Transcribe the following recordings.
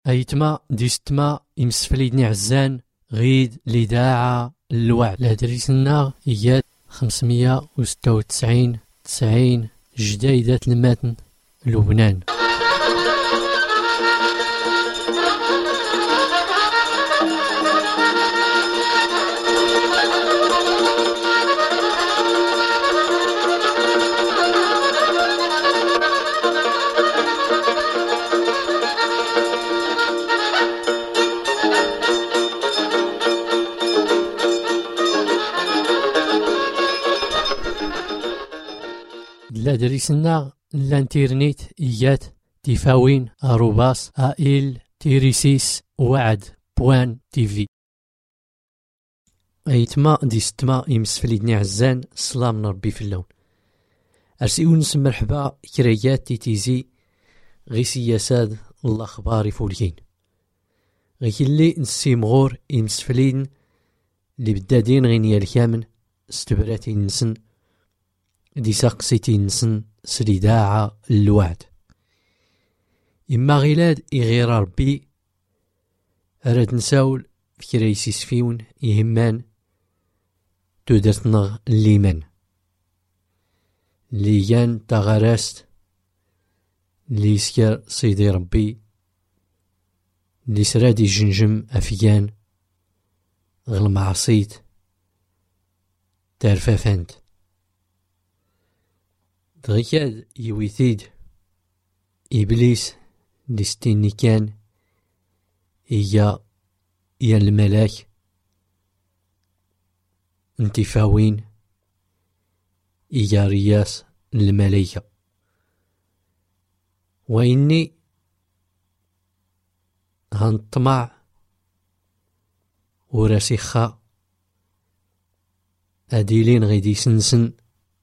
أيتما ديستما يمسفليدني عزان غيد الإذاعة الوعد لهدريسنا إياد 596 90 جديدة المتن لبنان. لادريسنا الانترنت إيات تفاوين أروباس آئل تيريسيس وعد بوان تيفي. أيتما ديستما يمسفليدني عزان السلام من ربي في اللون أرسيون نسم مرحبا كريات تيتيزي غي سياساد الله خباري فولكين غي اللي نسيمغور يمسفلين اللي بدادين غينيا الكامن استبراتي نسن دي ساقسيتي نسن سريداعة الوعد إما غيلاد إغير ربي أراد نساول في كريسيس فيون يهمان تودرتنا الليمان ليان تغرست ليسكر سيدي ربي ليسرادي جنجم أفيان غل معصيت ترفافنت دغيكاد يويثيد إبليس لستيني كان إيا الملاك انتفاوين إيا رياس الملايكة وإني هنطمع وراسخا أديلين غيدي سنسن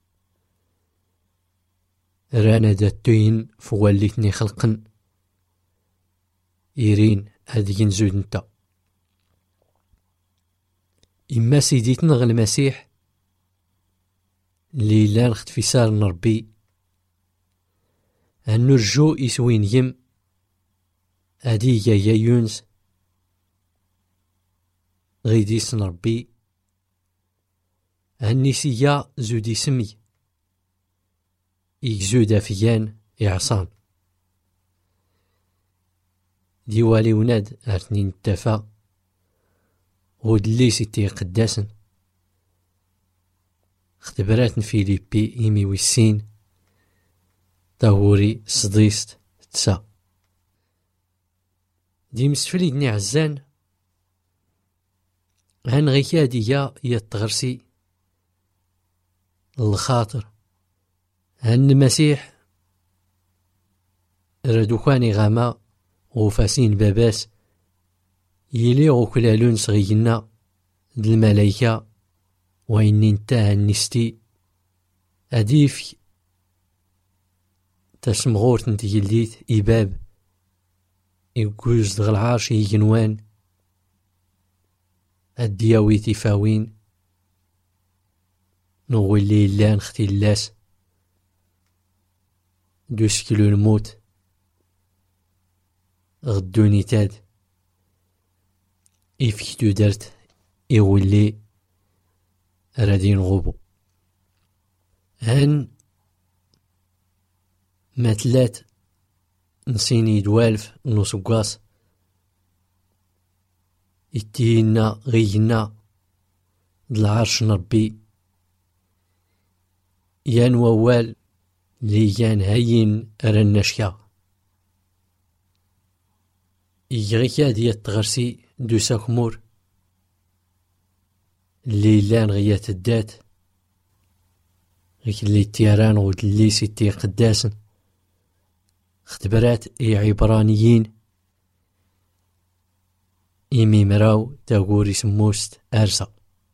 رانا داتوين فواليتني خلقن إيرين هاديين زود نتا إما سيديتنا غ المسيح ليلان اختفسار نربي هنرجو إسوين يم أدي يا يونس غيديس نربي هنسيا زودي سمي إكزود فيان إعصام ديوالي وناد أرتنين التفا ودلي سيتي قداسن اختبرات فيليبي إيمي ويسين طهوري صديست تسا دي مسفلي دني عزان هن غيكادية يتغرسي الخاطر هن المسيح ردوكاني غاما وفاسين باباس يلي غوكلالون صغينا د الملايكة وإني نتا هنستي أديف تسمغور تنتجليت إباب يقوز دغ العرش يجنوان الدياوي تفاوين نغولي لان اختلاس دوسكلو الموت غدوني تاد إفكتو درت إغولي رادين غوبو هن ماتلات نسيني دوالف نوسقاس إتينا غينا دالعرش نربي يان ووال ليان هاين رنشكا إيغيكا ديال تغرسي دوساك مور ليلان غيات الدات غيك اللي تيران ودلي سيتي قداسن اختبرات اي عبرانيين إيمي مراو تاغوري سموست أرسا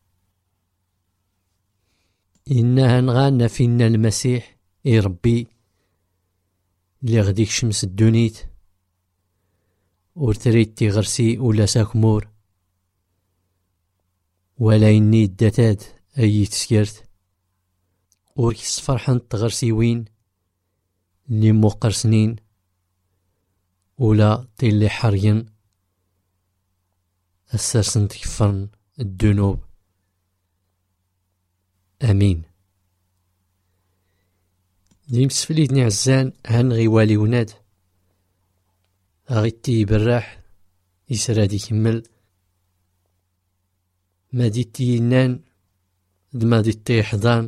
إنها نغانا فينا المسيح إي ربي اللي غديك شمس الدونيت ورتريد تيغرسي ولا ساكمور ولا إني الدتاد أي تسكرت وركس فرحان تغرسي وين اللي موقر سنين ولا تيلي حرين السرسن تكفرن الذنوب. امين. ديم سفليدني عزان هان غيوالي وناد غيتي براح يسرادي كمل ما ديتي نان دما ديتي حضان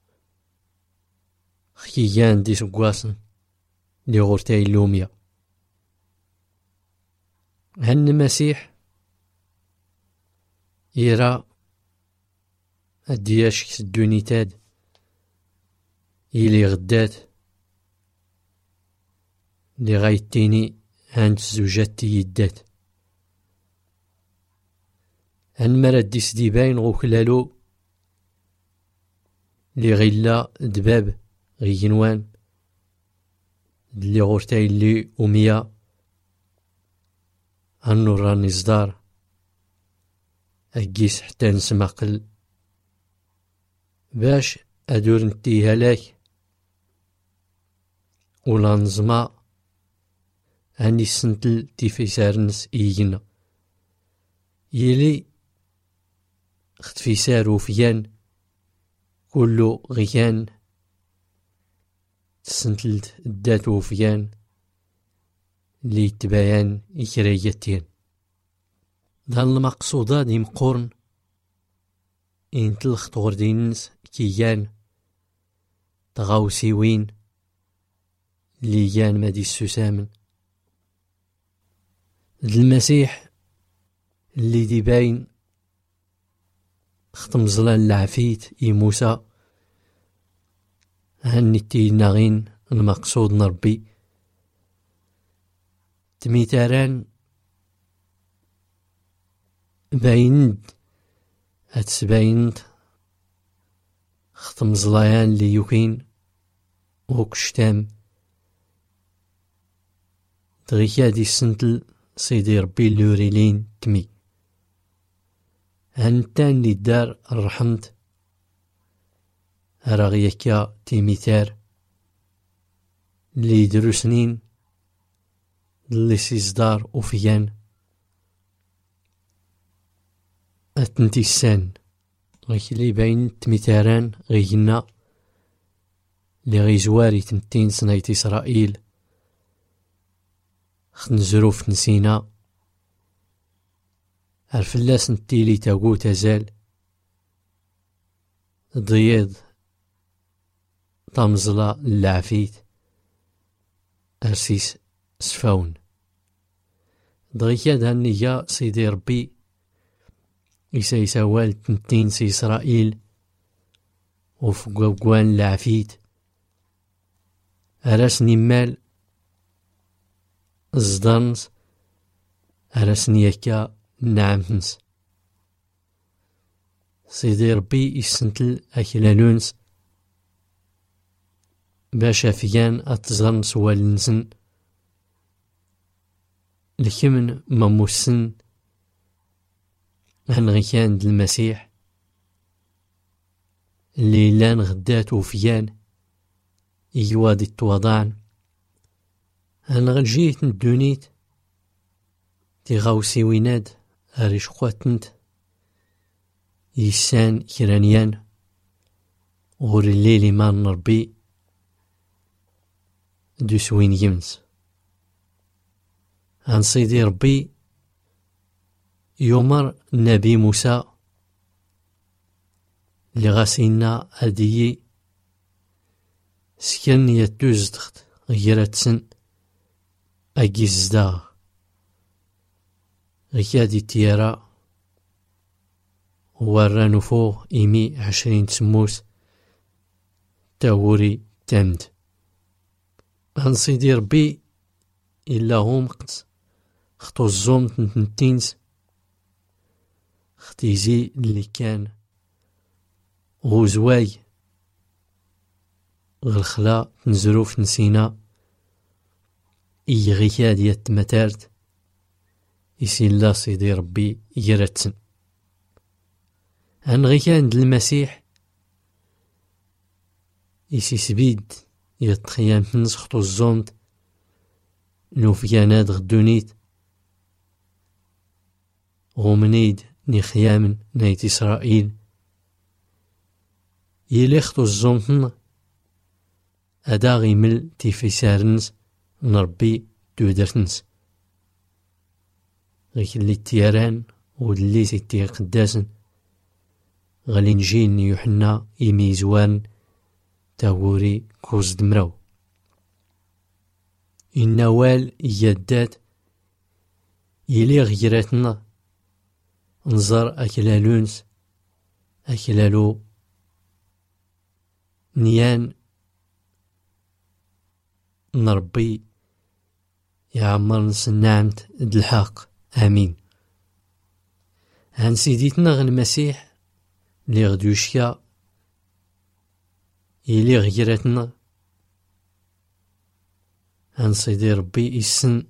خيان دي سقواسن لي غورتاي اللوميا. هن المسيح يرى الدياش كسدوني تاد إلي غدات لي غايتيني هانت زوجات يدات. هن مراد ديس دي باين غوكلالو لي غيلا دباب غينوان لي غورتاي اللي أمية هنو راني صدار أجيس حتى نسمقل باش أدور نتيها لك ولا نزما هاني السنتل تيفيسارنس إيجنا يلي اختفيسار وفيان كلو غيان السنتلت الدات وفيان لي تباين إكريتين. دان المقصودة دي مقورن إن تلخت غردينس كيان تغاوسيوين ليان مادي السسامن المسيح اللي دي باين ختم زلان العفيت إي موسى هنتي ناغين المقصود نربي تميتاران بايند هتسبايند ختم زلايان لي يوكين وكشتام دغيكا دي السنتل سيدي ربي اللوريلين تمي هنتان لي دار الرحمت راغيكا تيميتار لي دروسنين اللي سيزدار وفيان أتنتي السان غيكلي باين تميتاران غينا لي غيزواري تمتين سنايت إسرائيل خنزروف نسينا عرفلاس نتيلي تاقو تزال ضيض طمزلا اللعفيت أرسيس سفاون دغيكا دهنيا سيدي ربي يساوال تنتين سي إسرائيل وفقوان العفيت أراسني مال الزدانس أراسني يكا نعمتنس سيدي ربي يسنتل أكلانونس باشا فيان أتزغنس والنسن لكمن مموسن هنغيكان دل المسيح اللي لان غدات وفيان إيوادي التوضعن هنغلجيت ندونيت تيغاوسي ويناد أريش خواتنت يسان كرانيان غور الليل ما نربي دوسوين يمس عن سيدي ربي يومر نبي موسى لغاسينا هديي سكن يتوزدخت غيرتسن أجيزدا غيادي تيارا ورانو فوق إيمي 20 تسموس تاوري تمد عن سيدي ربي إلا هم قد خطو الزوم تنتينس ختيزي اللي كان غوزواي غالخلا نزروف نسينا إيغيكا ديال تمتارت يسيلا سيدي ربي يرتسن هنغيكا عند المسيح يسي سبيد يتخيام تنسخطو الزومت نوفيانات غدونيت غومنيد نخيامن نايت إسرائيل يليختو الزونتن أداغي مل تيفيسارنس نربي دودرتنس غيك اللي تياران ودلي سيتي قداسن غالي نجين يوحنا يميزوان تاوري كوز دمراو النوال يدات يلي غيراتنا نزر أكلالونس أكلالو نيان نربي يعمر نسنامت الحق آمين. عن سيديتنا غن المسيح لي غدوشيا يلي غيراتنا عن سيدي ربي يسن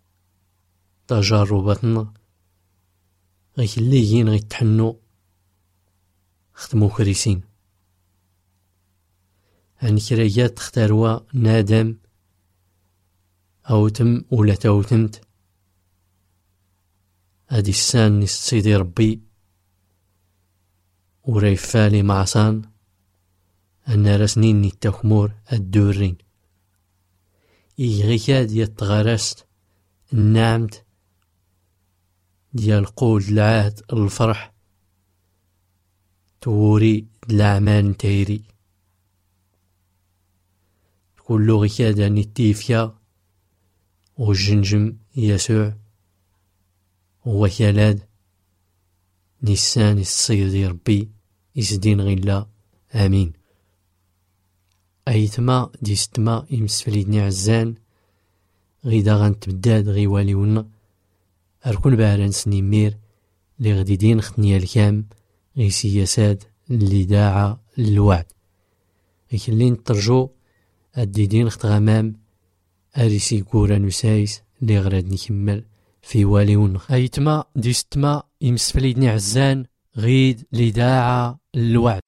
تجارباتنا غيك اللي يين غيتحنو خدمو كريسين عن كرايات تختاروا نادم أوتم ولا توتمت هادي السان نس سيدي ربي وريفالي معصان أن رسنين التخمور الدورين إيغيكاد يتغرست النعمت ديال قول العهد الفرح توري الأعمال نتايري كلو غيكاد أني التيفيا والجنجم يسوع وكالاد نيسان السيدي ربي يسدين غيلا آمين. أيتما ديستما يمسفليدني عزان غيدا غنتبداد غيواليونا أركون باران سنيمير لي غديدين ختنيا الكام غي سياسات اللي داعا للوعد غيكلين نترجو الديدين خت غمام أريسي كورا نسايس لي غراد نكمل في واليون. أيتما ديستما يمسفليدني عزان غيد لي داعا للوعد.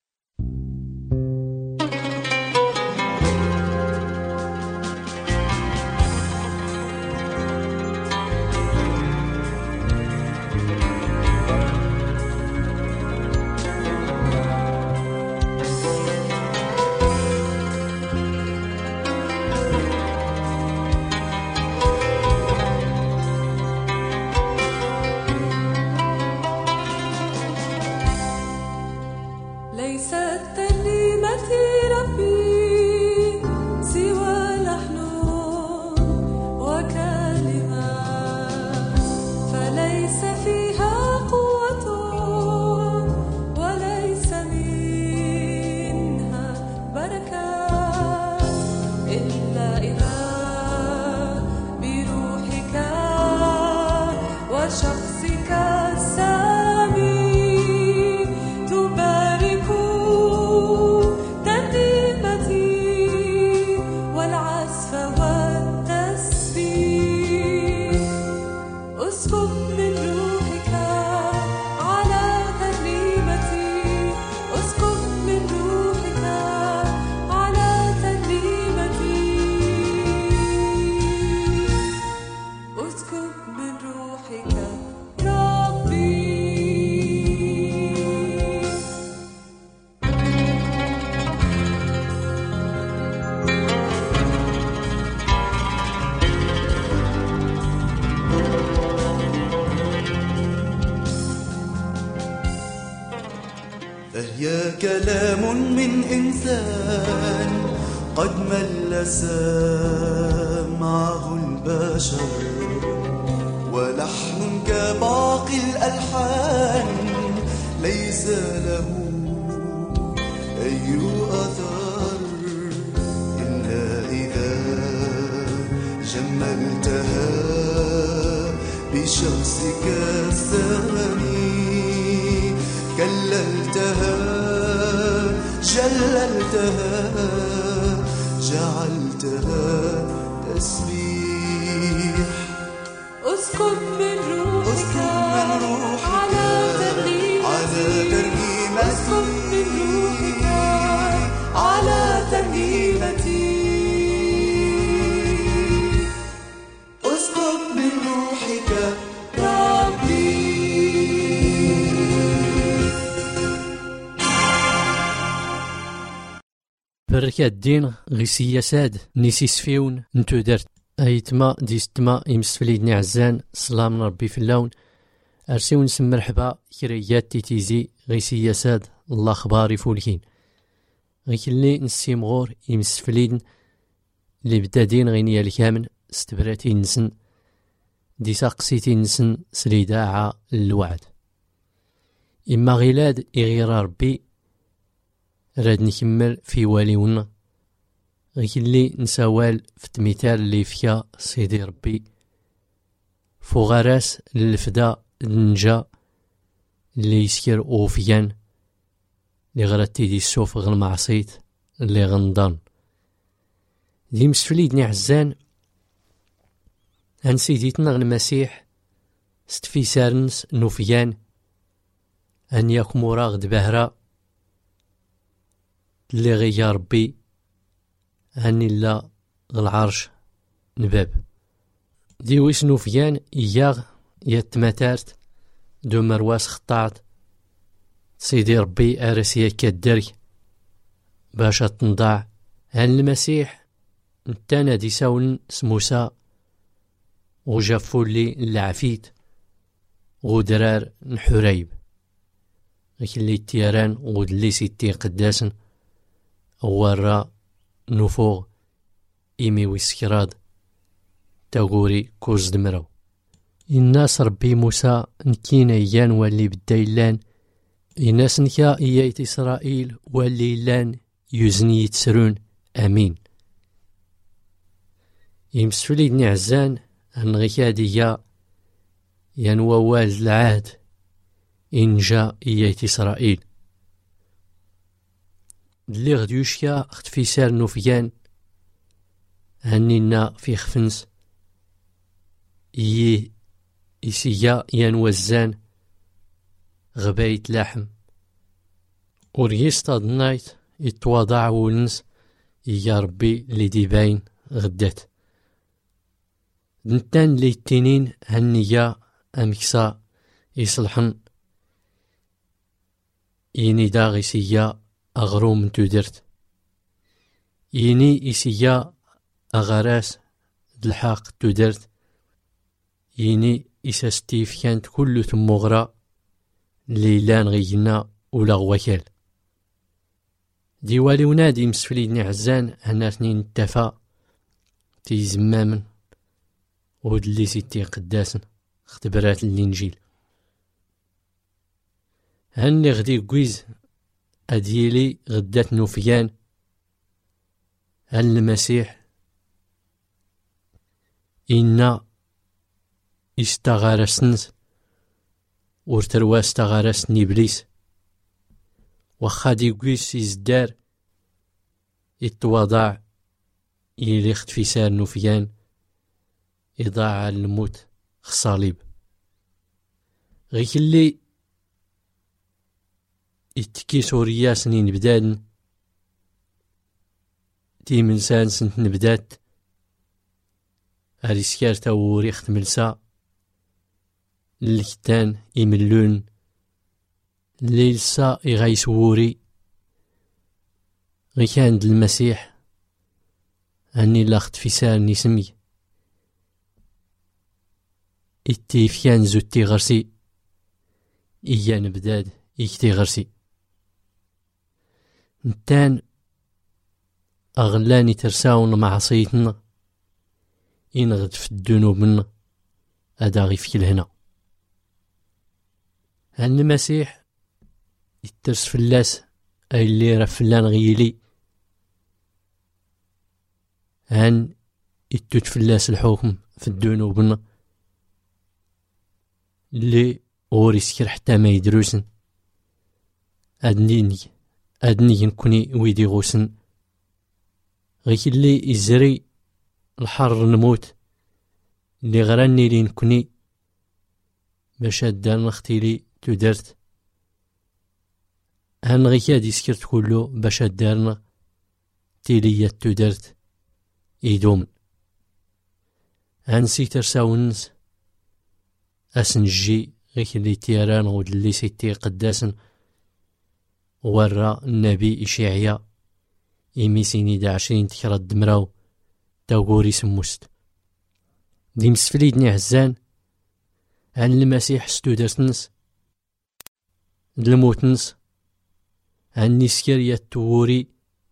فهي كلام من إنسان قد مل سمعه البشر ولحن كباقي الألحان ليس له أي أثر إلا إذا جملتها بشخصك الثاني كللتها جللتها جعلتها تسبيح. اسكب من روحك على ترنيمتي اسكب من روحك على ترنيمتي بركة الدين غي سياساد نيسي سفيون نتو درت ايتما ديستما يمسفليدني عزان سلام ربي في اللون ارسيو نسم مرحبا كريات تيتيزي غي سياساد الله خباري فولكين غي كلي نسيم غور يمسفليدن اللي بدادين غينيا الكامن استبراتي نسن دي ساقسيتي نسن سليداعة الوعد إما غيلاد إغير ربي راد نكمل في واليون غيلي نساوال في التمثال اللي فيها سيدي ربي فوغاراس للفدا النجا اللي يسكر أوفيان اللي غراتي دي السوف غالمعصيت اللي غنضان دي مسفليدني عزان هان سيديتنا المسيح ستفي سارنس نوفيان أن يكون مراغد بهرا اللي غيا ربي هاني لا العرش نباب دي ويس نوفيان إياغ يتماتارت دو مرواس خطاعت سيدي ربي أرسيا كالدري باش تنضاع هان المسيح نتانا دي ساون سموسا وجافو لي العفيت ودرار نحريب لكن اللي التيران ودلي سيتي قداسن ورا نفوغ إيمي ويسكراد تاغوري كوز دمرو الناس ربي موسى نكينا يان واللي بدايلان الناس نكا إيايت إسرائيل واللي لان يزني يتسرون أمين يمسفليدني عزان هنغيكادية ينوى والد العهد إن جاء إيايت إسرائيل اللي غديوشيا اختفي سار نوفيان هنينا في خفنس إسيا ينوى الزان غبايت لحم وريستا دنايت يتواضع ولنس يا ربي اللي ديباين غدات نتان لي التنين هنيا أمكسا يصلحن يني داغي سيا أغروم تودرت يني إسيا أغراس دلحاق تودرت يني إساستيف كانت كل تمغرا ليلان غينا ولا غوكال ديوالي ونادي مسفليدني عزان هنا ثنين التفا تيزمامن ودلي سيتي قداسن اختبرات الانجيل هني غدي قويز اديلي غدات نوفيان هل المسيح إنا استغارسنس ورتروا استغارسن إبليس وخا دي قويس يزدار يتواضع يلي اختفي سار نوفيان إضاعة الموت خصاليب غيك اللي يتكي سوريا سنين بدادن تي من سان سنت نبدات هاريسكار تاوري ختملسا الكتان يملون ليلسا يغايس ووري غي كان د المسيح هني لاخت في سان نسمي اتيفيان زوتي غرسي إيان بداد إكتي غرسي نتان أغلاني ترساون معصيتنا إنغد في الذنوب منا أداغي في الهنا هن المسيح يترس فلاس أي اللي رفلان غيلي هن يتوت فلاس الحكم في الذنوب منا اللي غوريسكر حتى ما يدروسن أدني نكوني ويدي غوسن غيك اللي يزري الحر نموت اللي غراني لي نكوني باش أدان اختيلي تدرت هن غيك هادي سكرت كله باش أدارنا تيلي تدرت يدوم هن سيتر ساونس أسنجي غيك اللي تيران ود اللي سيتي قداسن ورا النبي إشعيا إيميسيني دا 20 تكرا دمراو تاغوري سموست دي مسفليدني عزان عن المسيح ستودرتنس دلموتنس عن نسكريا التوري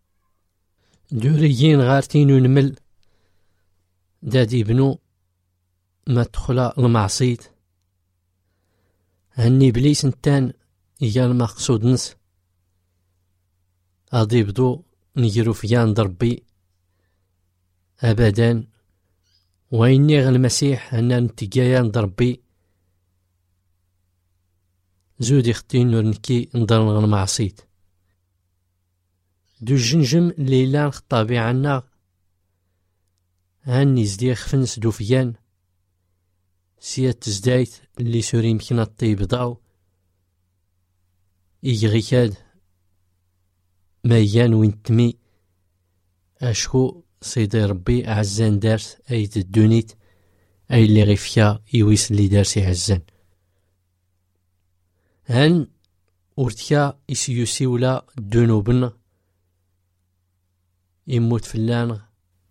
دوريين غارتين ونمل دادي بنو ما تخلى المعصيد هني بليس نتان إيا المقصود نس أضي بدو نجرو فيان دربي أبدا وإني غ المسيح أنا نتقايا ندربي زودي ختين نورنكي ندرن غ المعصيد دو الجنجم ليلان خطابي عنا هاني زدي خفنس دو فيان سياد تزدايت اللي سوري مكنا الطيب ضاو يجغي كاد ميان وين تمي أشكو سيدي ربي عزان دارس أي تدونيت أي اللي غيفيا يويس اللي دارسي عزان هن ورتكا يسيوسي ولا دونوبن يموت فلان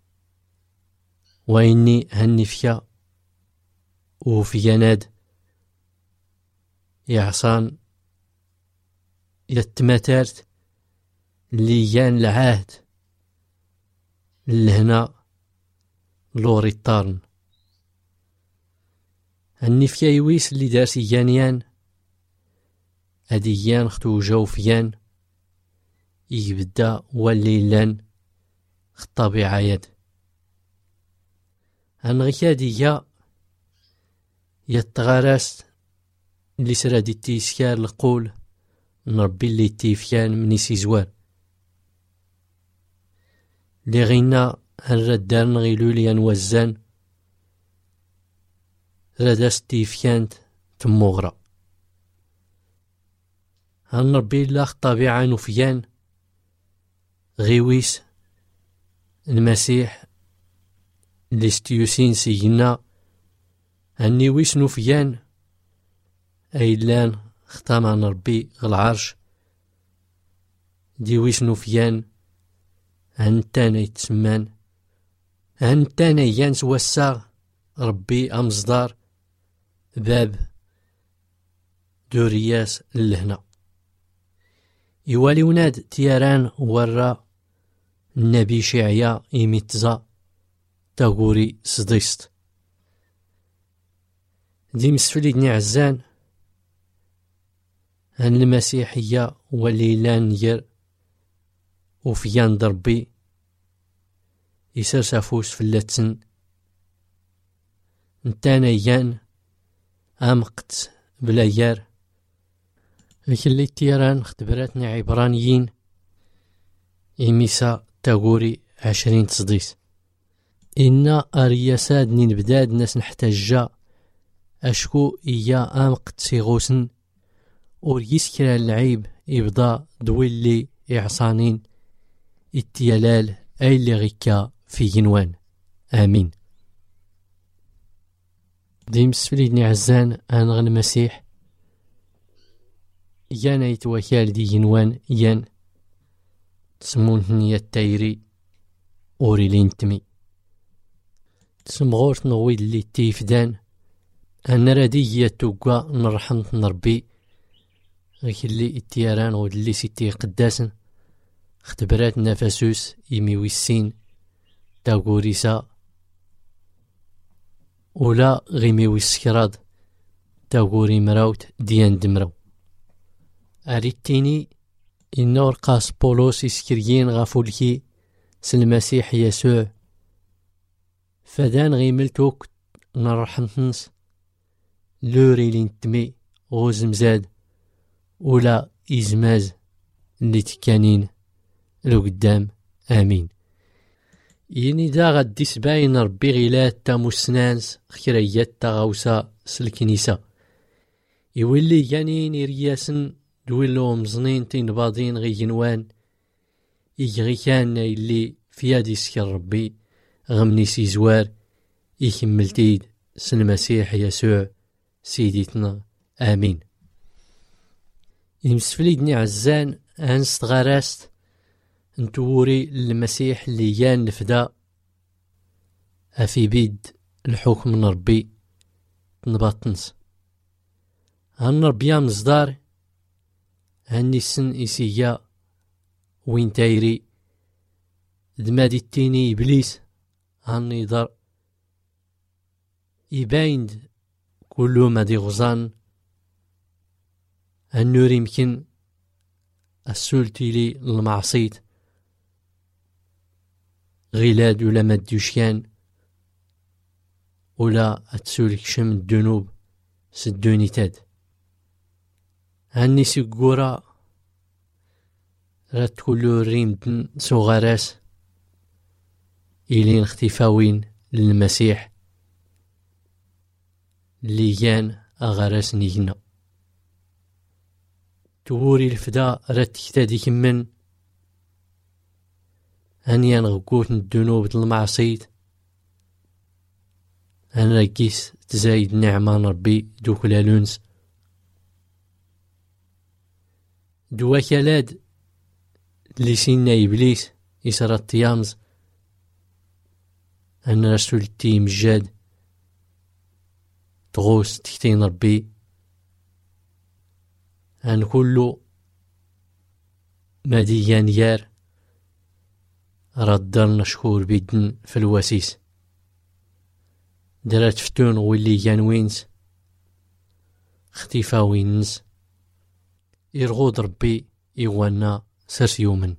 وإني هني فيا وفي يناد يعصان يتماترت اللي يان العهد لهنا لوري الطارن هني فيا يويس اللي دارسي يانيان هادي يان ختو جاو فيان يبدا والليلان الطبيعة يد هنغيادي يتغارست اللي سرادي تيسكار القول نربي اللي تيفيان مني سيزوار اللي غينا هنردار نغيلو ليان وزان راداست تيفيانت تموغرا هنربي الله طبيعة نوفيان غيويس المسيح اللي ستيوسين سيجنا هني ويس نوفيان أيلان ختام عن ربي العرش دي ويس نوفيان هنتانا يتسمان هنتانا يانس وساغ ربي أمصدار باب دورياس اللهنا يوالي وناد تياران ورا النبي شعيا يميتزا تاغوري صديست دي مسفليدني عزان هن المسيحية وليلان ير وفيان دربي يسر سافوس فلاتسن نتانا يان أمقت بلا يار اللي تيران اختبراتني عبرانيين إميسا تاغوري 20 تصديس إن أرياساد نبداد ناس نحتاجا أشكو إيا أمقت سيغوسن وريسكرا العيب إبدا دويلي إعصانين التيالال أي اللي غيكا في جنوان آمين ديمس فليدني عزان أنغ المسيح يانا يتوكال دي جنوان يان تسمونتني التايري أوري لينتمي تسمغورت نغويد اللي تيفدان أنا رادي يتوقع نرحمت نربي غيك اللي التياران ودلي سيتي قداسن اختبرات نفسوس يميوي السين تاغوريسا ولا غيميوي السكراد تاغوري مراوت ديان دمراو أريتيني إنور قاس بولوس إسكريين غافولكي سلمسيح يسوع فدان غيملتوك نرحمتنس لوري لينتمي غوزمزاد ولا إزماز اللي تكانين لو قدام آمين يني دا غدي سباين ربي غيلات تا مسنانس خيريات تا غوسا سلكنيسا يولي يانين إرياسن دويلو مزنين تين باضين غي جنوان يجغي كان اللي فيادي سكر ربي غمني سيزوار يكملتيد سلمسيح يسوع سيديتنا آمين يمسفليدني عزان هنست غراست نتوري المسيح اللي يان نفدا أفي بيد الحكم من ربي نبطنس هن ربيا مصدار هني السن إسيا وين تايري دمادي التيني إبليس هني دار يبايند كلو مادي غزان النور يمكن السلتي لي المعصيت غلاد ولا مديوشيان ولا أتسولك شم الذنوب سدوني تاد هاني سيقورا رات كلو ريمدن صغاراس إلين اختفاوين للمسيح اللي كان أغراس نيجنا توري الفدا رات كتادي كمن هاني نغقوت الذنوب المعصيت أنا كيس تزايد نعمة ربي دوك لالونس دوا كالاد اللي سينا إبليس يسرى الطيامز أنا رسول التيم جاد تغوص تكتين ربي أن كله مديان يار ردرنا شكور بيدن في الوسيس درات فتون واللي كان وينس اختفا وينس يرغود ربي يوانا سرس يومن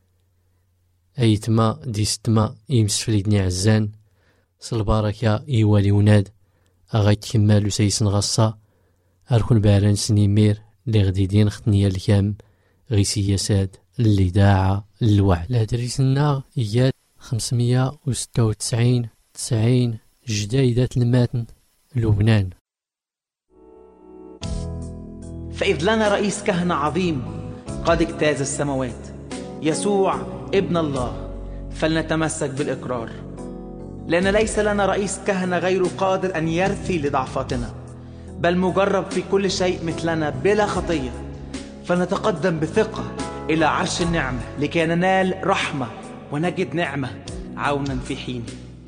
ايتما ديستما يمس فليدني عزان سالبركة يوالي وناد اغايت كمالو سيسن غصة اركن باران سنيمير اللي غديدين ختنيا الكام غي سياسات اللي داعة الوعد لهدريسنا إياد 596 90 جديدة الماتن لبنان. فإذ لنا رئيس كهنة عظيم قد اجتاز السماوات يسوع ابن الله فلنتمسك بالإقرار لأن ليس لنا رئيس كهنة غير قادر أن يرثي لضعفاتنا بل مجرب في كل شيء مثلنا بلا خطية فنتقدم بثقة إلى عرش النعمة لكي ننال رحمة ونجد نعمة عونا في حين.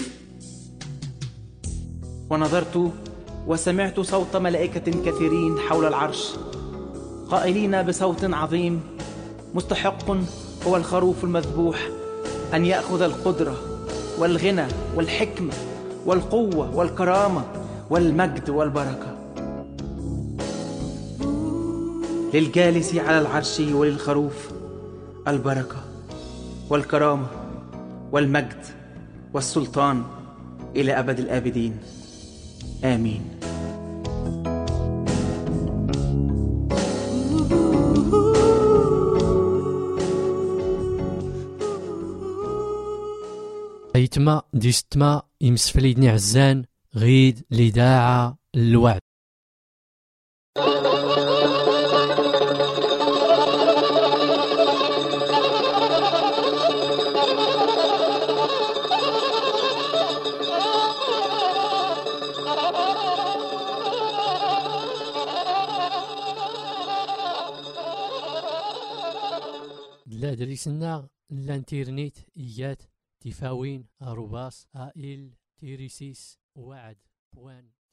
ونظرت وسمعت صوت ملائكة كثيرين حول العرش قائلين بصوت عظيم مستحق هو الخروف المذبوح أن يأخذ القدرة والغنى والحكمة والقوة والكرامة والمجد والبركة للجالس على العرش وللخروف البركة والكرامة والمجد والسلطان إلى أبد الآبدين آمين. أيتما ديستما يمسفليدني عزان غيد لداعة الوعد. لا دريسنا الانترنت إيات تفاوين أروباس آئل تيريسيس وعد بوان